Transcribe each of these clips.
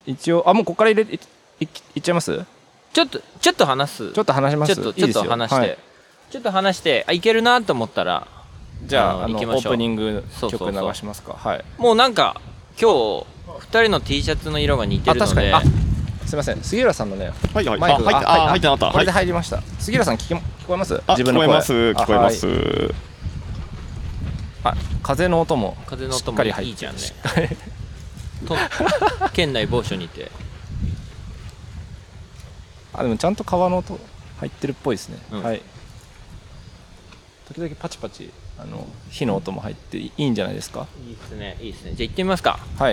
一応もうここから入れいっちゃいます？ ちょっと話す。 ちょっと話します。 ちょっと話して、はい、ちょっと話していけるなと思ったら、 じゃあ行きましょう。 オープニング曲流しますか。はい。 もうなんか今日2人の T シャツの色が似てるので。 確かに。すいません、杉浦さんのね、 マイクが入ってなかった。 これで入りました。杉浦さん聞こえます？自分の声。 聞こえます。 風の音もしっかり入っていいじゃんね。県内某所にて。 でもちゃんと川の音入ってるっぽいですね。はい。時々パチパチ火の音も入っていいんじゃないですか。 いいですね、いいですね。じゃあ行ってみますか。 はい。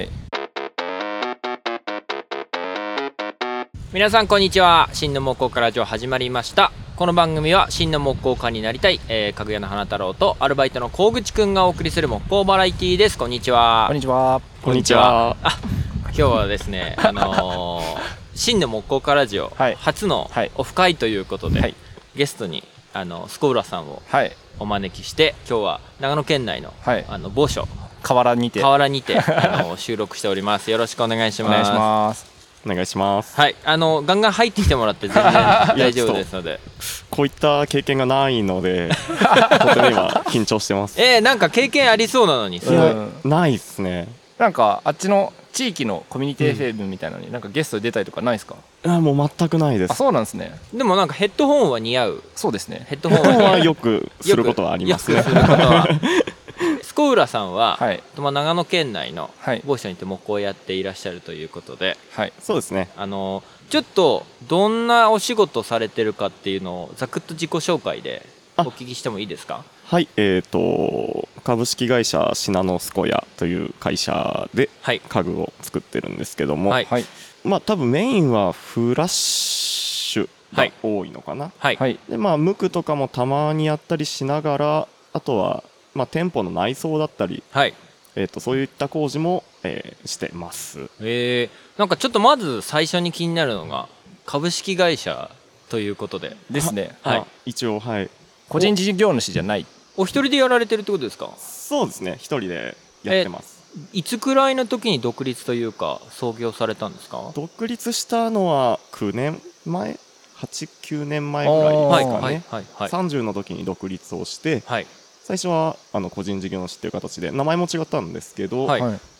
皆さんこんにちは。真の木工家ラジオ始まりました。この番組は真の木工家になりたい、かぐやの花太郎とアルバイトの河口くんがお送りする木工バラエティーです。こんにちは。 こんにちは。 こんにちは。 今日はですね、真の木工家ラジオ、はい、初のオフ会ということで、はい、ゲストにスコウラさんをお招きして、今日は長野県内の、はい、某所河原にて収録しております。よろしくお願いします。 お願いします。 お願いします。 はい、ガンガン入ってきてもらって全然大丈夫ですのでこういった経験がないのでとても今緊張してます。 なんか経験ありそうなのにないっすね。 なんかあっちの地域のコミュニティ FM みたいなのになんかゲストで出たりとかないですか？ もう全くないです。 そうなんですね。 でもなんかヘッドホンは似合う。 そうですね。 ヘッドホンはよくすることはありますね。 スコウラさんは、 はい、 長野県内の某所にて木工をやっていらっしゃるということで、 はい、そうですね。 ちょっとどんなお仕事されてるかっていうのをざくっと自己紹介でお聞きしてもいいですか？ はい、株式会社シナノスコヤという会社で家具を作ってるんですけども、はい、まあ多分メインはフラッシュが多いのかな。はい、でまあ無垢とかもたまにやったりしながら、あとはまあ店舗の内装だったり、はい、そういった工事も、してます。 なんかちょっとまず最初に気になるのが株式会社ということでですね。 はい、一応はい。 個人事業主じゃない。 お一人でやられてるってことですか？ そうですね、一人でやってます。 いつくらいの時に独立というか創業されたんですか？ 独立したのは9年前、8、9年前ぐらいですかね。30の時に独立をして、はい、最初は個人事業主っていう形で名前も違ったんですけど、はい、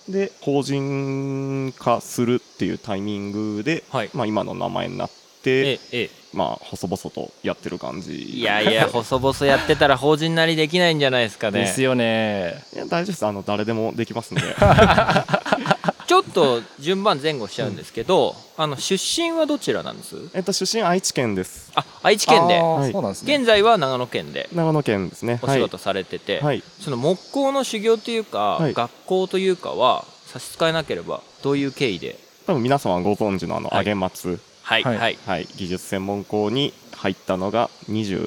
で法人化するっていうタイミングで、はい、まあ、今の名前になって、まあ細々とやってる感じ。 いやいや細々やってたら法人なりできないんじゃないですかね。 ですよね。 いや大丈夫です。誰でもできますんでちょっと順番前後しちゃうんですけど、出身はどちらなんです？ 出身愛知県です。 愛知県で、 はい、そうなんですね。 現在は長野県でですね。 お仕事されてて、 はい、 その木工の修行というか、はい、学校というかは差し支えなければどういう経緯で？ 多分皆さんはご存知の上松、 はいはいはい、技術専門校に入ったのが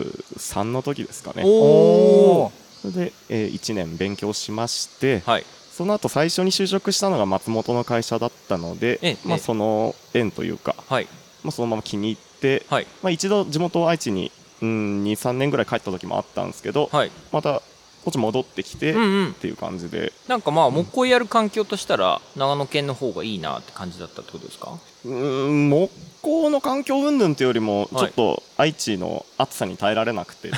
23の時ですかね。 おそれで、1年勉強しまして、はい、その後最初に就職したのが松本の会社だったので、まあ、その縁というか、はい、まあ、そのまま気に入って、はい、まあ、一度地元愛知に2、3年ぐらい帰った時もあったんですけど、はい、またこっち戻ってきてっていう感じで、 なんかまあ木工やる環境としたら長野県の方がいいなって感じだったってことですか？ 木工の環境云々というよりもちょっと愛知の暑さに耐えられなくて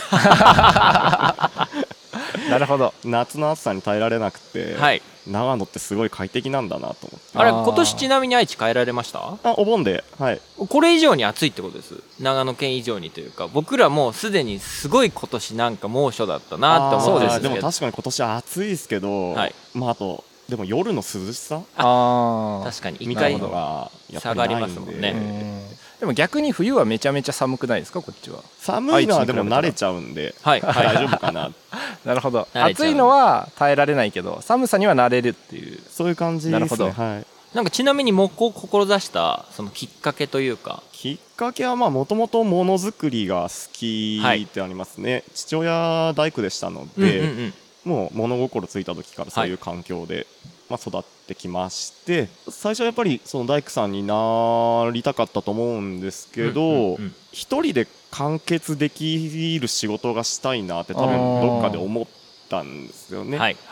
なるほど。 夏の暑さに耐えられなくて、はい、長野ってすごい快適なんだなと思って。 あれ今年ちなみに愛知帰られました？ お盆で、はい、 これ以上に暑いってことです。長野県以上にというか、僕らもうすでにすごい今年なんか猛暑だったなって思ってるんですけど。 でも確かに今年は暑いですけど、はい、まああとでも夜の涼しさ、 確かに1回下がりますもんね。 でも逆に冬はめちゃめちゃ寒くないですか？こっちは寒いのはでも慣れちゃうんで、はい、大丈夫かななるほど。暑いのは耐えられないけど寒さには慣れるっていう、 そういう感じですね。なるほど、はい。 なんかちなみに木工を志したそのきっかけというか。 きっかけはもともとものづくりが好きってありますね、はい、父親大工でしたので、もう物心ついた時からそういう環境で、まあ、育ってきまして、最初はやっぱりその大工さんになりたかったと思うんですけど、一人で完結できる仕事がしたいなって多分どっかで思ったんですよね。はいはい、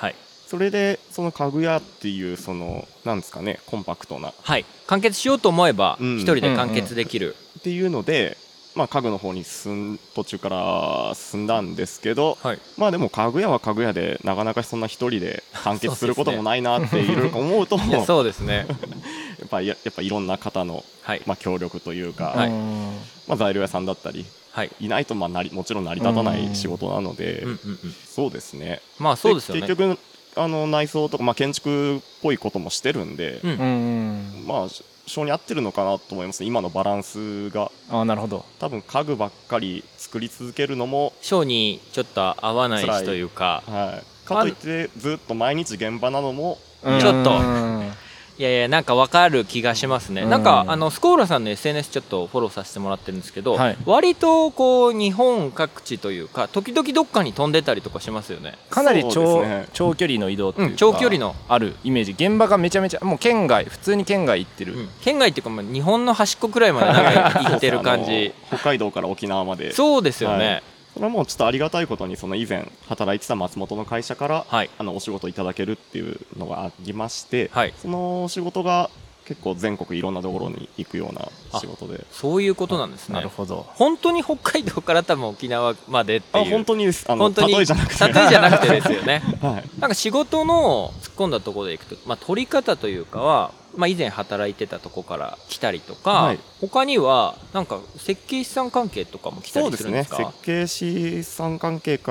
それでその家具屋っていうそのなんですかねコンパクトな、 はい、完結しようと思えば一人で完結できる、 っていうので、まあ、家具の方に途中から進んだんですけど、 はい、 まあでも家具屋は家具屋でなかなかそんな一人で完結することもないなっていろいろ思うとそうですねやっぱいろんな方の、 はい、 まあ、協力というか、 はい、 まあ、材料屋さんだったり、 はい、 いないとまあもちろん成り立たない仕事なので、そうですね、 まあそうですよね。 結局内装とか、まあ、建築っぽいこともしてるんで、まあ性に合ってるのかなと思いますね、今のバランスが。 なるほど。 多分家具ばっかり作り続けるのも性にちょっと合わないしというか、 はい、かといってずっと毎日現場なのもちょっといやいやなんか分かる気がしますね。なんかスコーラさんの SNS ちょっとフォローさせてもらってるんですけど、はい、割とこう日本各地というか時々どっかに飛んでたりとかしますよね。 かなり長距離の移動っていうか、 長距離のあるイメージ。現場がめちゃめちゃもう県外、普通に県外行ってる、 県外っていうか、まあ、日本の端っこくらいまでなんか行ってる感じ北海道から沖縄まで。 そうですよね、はい、 それはもうちょっとありがたいことにその以前働いてた松本の会社から、はい、お仕事いただけるっていうのがありまして、はい、その仕事が結構全国いろんなところに行くような仕事で。 そういうことなんですね。 なるほど。 本当に北海道から多分沖縄までっていう。 本当にです。本当に例えじゃなくて。 例えじゃなくてですよね、はい、なんか仕事の突っ込んだところでいくと、まあ、取り方というかは、まあ、以前働いてたとこから来たりとか、はい、他にはなんか設計士さん関係とかも来たりするんですか？ そうですね、設計士さん関係から、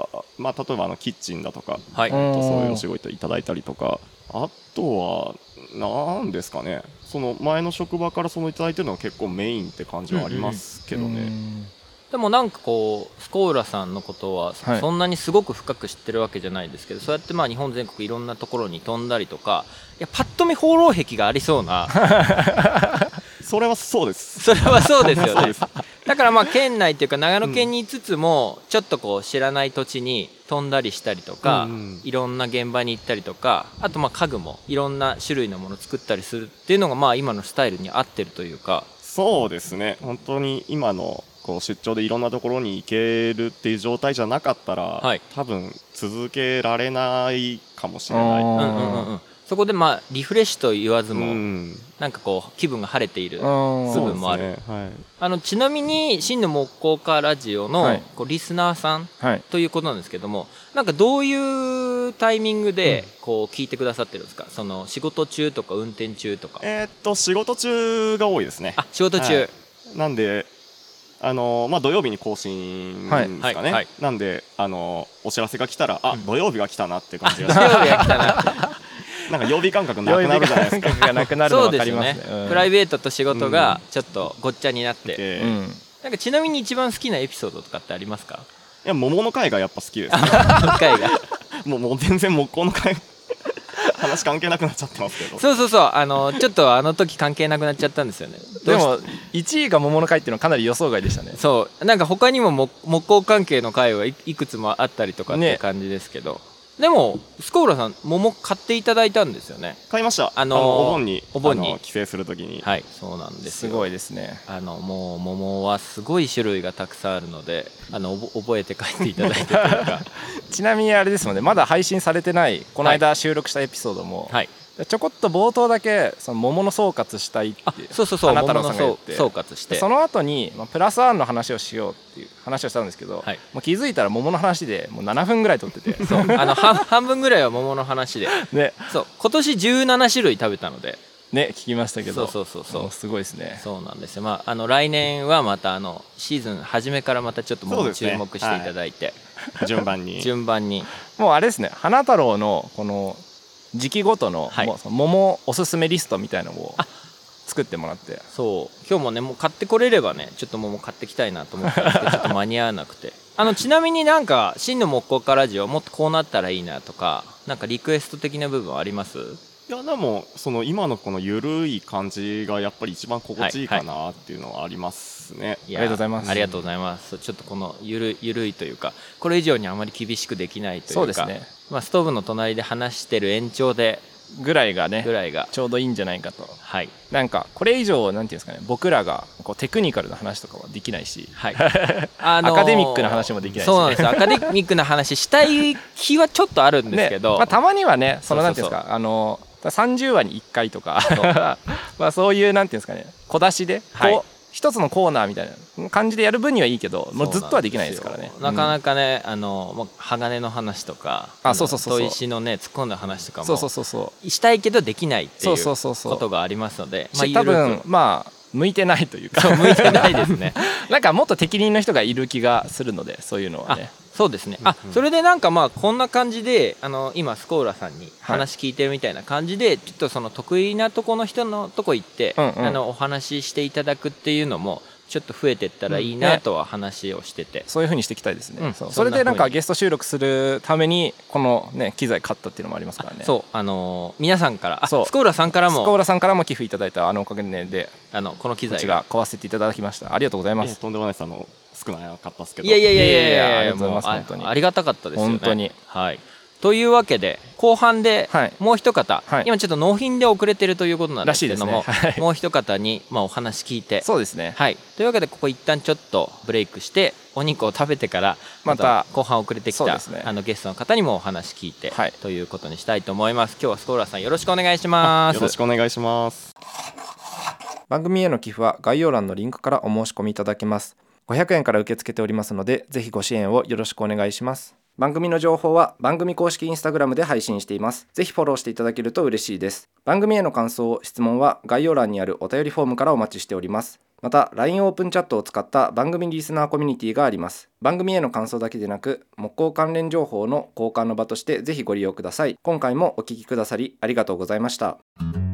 まあ、例えばキッチンだとか、はい、そういうお仕事いただいたりとか、あとは何ですかね、その前の職場からそのいただいてるのは結構メインって感じはありますけどね。 でもなんかこうスコーラさんのことはそんなにすごく深く知ってるわけじゃないですけど、そうやってまあ日本全国いろんなところに飛んだりとか、いやパッと見放浪癖がありそうなそれはそうです。 それはそうですよねだからまあ県内っていうか長野県にいつつもちょっとこう知らない土地に飛んだりしたりとか、いろんな現場に行ったりとか、あとまあ家具もいろんな種類のものを作ったりするっていうのがまあ今のスタイルに合ってるというか。 そうですね、本当に今のこう出張でいろんなところに行けるっていう状態じゃなかったら、はい、多分続けられないかもしれない。 そこでまあリフレッシュと言わずも、なんかこう気分が晴れている部分もある。はい、ちなみに真の木工家ラジオのこうリスナーさんということなんですけども、なんかどういうタイミングでこう聞いてくださってるんですか？その仕事中とか運転中とか。 仕事中が多いですね。 仕事中、はい、 なんでまあ、土曜日に更新ですかね、はい、なんでお知らせが来たら土曜日が来たなっていう感じが土曜日が来たななんか曜日感覚なくなるじゃないですか。 がなくなるの分かりますね。 そうですね、プライベートと仕事がちょっとごっちゃになって、なんかちなみに一番好きなエピソードとかってありますか？ いや桃の会がやっぱ好きです、ね、 会がもう全然木工の会話関係なくなっちゃってますけど。 そうちょっとあの時関係なくなっちゃったんですよね。 でも1位が桃の会っていうのはかなり予想外でしたね。 そうなんか他にも木工関係の会はいくつもあったりとかって感じですけど、でもスコーラさん桃買っていただいたんですよね。 買いました。お盆に帰省するときに。 はい、そうなんですよ。 すごいですね。 もう桃はすごい種類がたくさんあるので覚えて帰っていただいてというかちなみにあれですのでまだ配信されてないこの間収録したエピソードも、はい、ちょこっと冒頭だけその桃の総括したいってそう花太郎さんが言って総括して、 その後にプラス1の話をしようっていう話をしたんですけど、はい、もう気づいたら桃の話でもう7分ぐらい撮っててそう半分ぐらいは桃の話で、ね、そう今年17種類食べたのでね、聞きましたけど、 そうすごいですね。 そうなんですよ。まあ来年はまたシーズン初めからまたちょっともう注目していただいて、 はい、順番にもうあれですね、花太郎のこの時期ごとの、はい、桃おすすめリストみたいなのを作ってもらって、 そう今日もねもう買ってこれればねちょっと桃買ってきたいなと思ったんですけどちょっと間に合わなくてちなみになんか真の木工家ラジオもっとこうなったらいいなとかなんかリクエスト的な部分はあります？ いやでも今のこの緩い感じがやっぱり一番心地いいかなっていうのはありますね、はいはい、 ありがとうございます。 ありがとうございます。ちょっとこの緩いというかこれ以上にあまり厳しくできないというか、 そうですね、 まあ、ストーブの隣で話してる延長でぐらいがねちょうどいいんじゃないかと。 はい、 なんかこれ以上なんていうんですかね、僕らがこうテクニカルな話とかはできないし、 はいアカデミックな話もできないし、 そうなんですよ。アカデミックな話したい気はちょっとあるんですけど、 ね、まあ、たまにはねそのなんていうんですか、30話に1回とかまあそういうなんていうんですかね、小出しでこう、一つのコーナーみたいな感じでやる分にはいいけど、もうずっとはできないですからね。 なかなかね、もう鋼の話とか、砥石のね突っ込んだ話とかもしたいけどできないっていうことがありますので、 多分まあ向いてないというか向いてないですねなんかもっと適任の人がいる気がするので、そういうのはね。 そうですね。それでなんかまあこんな感じで今スコーラさんに話聞いてるみたいな感じで、ちょっとその得意なとこの人のとこ行って、お話ししていただくっていうのもちょっと増えてったらいいなとは話をしてて、 そういう風にしていきたいですね。それでなんかゲスト収録するためにこのね機材買ったっていうのもありますからね。 そう皆さんからスコーラさんからも寄付いただいたおかげでこの機材が買わせていただきました。ありがとうございます。 とんでもないです。少なかったですけど、 いやありがとうございます。本当にありがたかったですよね。 本当に。 はい。というわけで後半でもう一方、今ちょっと納品で遅れてるということなんですけども、もう一方にお話聞いて、 そうですね。 はい。というわけでここ一旦ちょっとブレイクしてお肉を食べてからまた後半遅れてきたゲストの方にもお話聞いてということにしたいと思います。今日はスコーラさんよろしくお願いします。 よろしくお願いします。 番組への寄付は概要欄のリンクからお申し込みいただけます。500円から受け付けておりますので、ぜひご支援をよろしくお願いします。番組の情報は番組公式インスタグラムで配信しています。ぜひフォローしていただけると嬉しいです。番組への感想、質問は概要欄にあるお便りフォームからお待ちしております。また LINE オープンチャットを使った番組リスナーコミュニティがあります。番組への感想だけでなく、木工関連情報の交換の場としてぜひご利用ください。今回もお聞きくださりありがとうございました。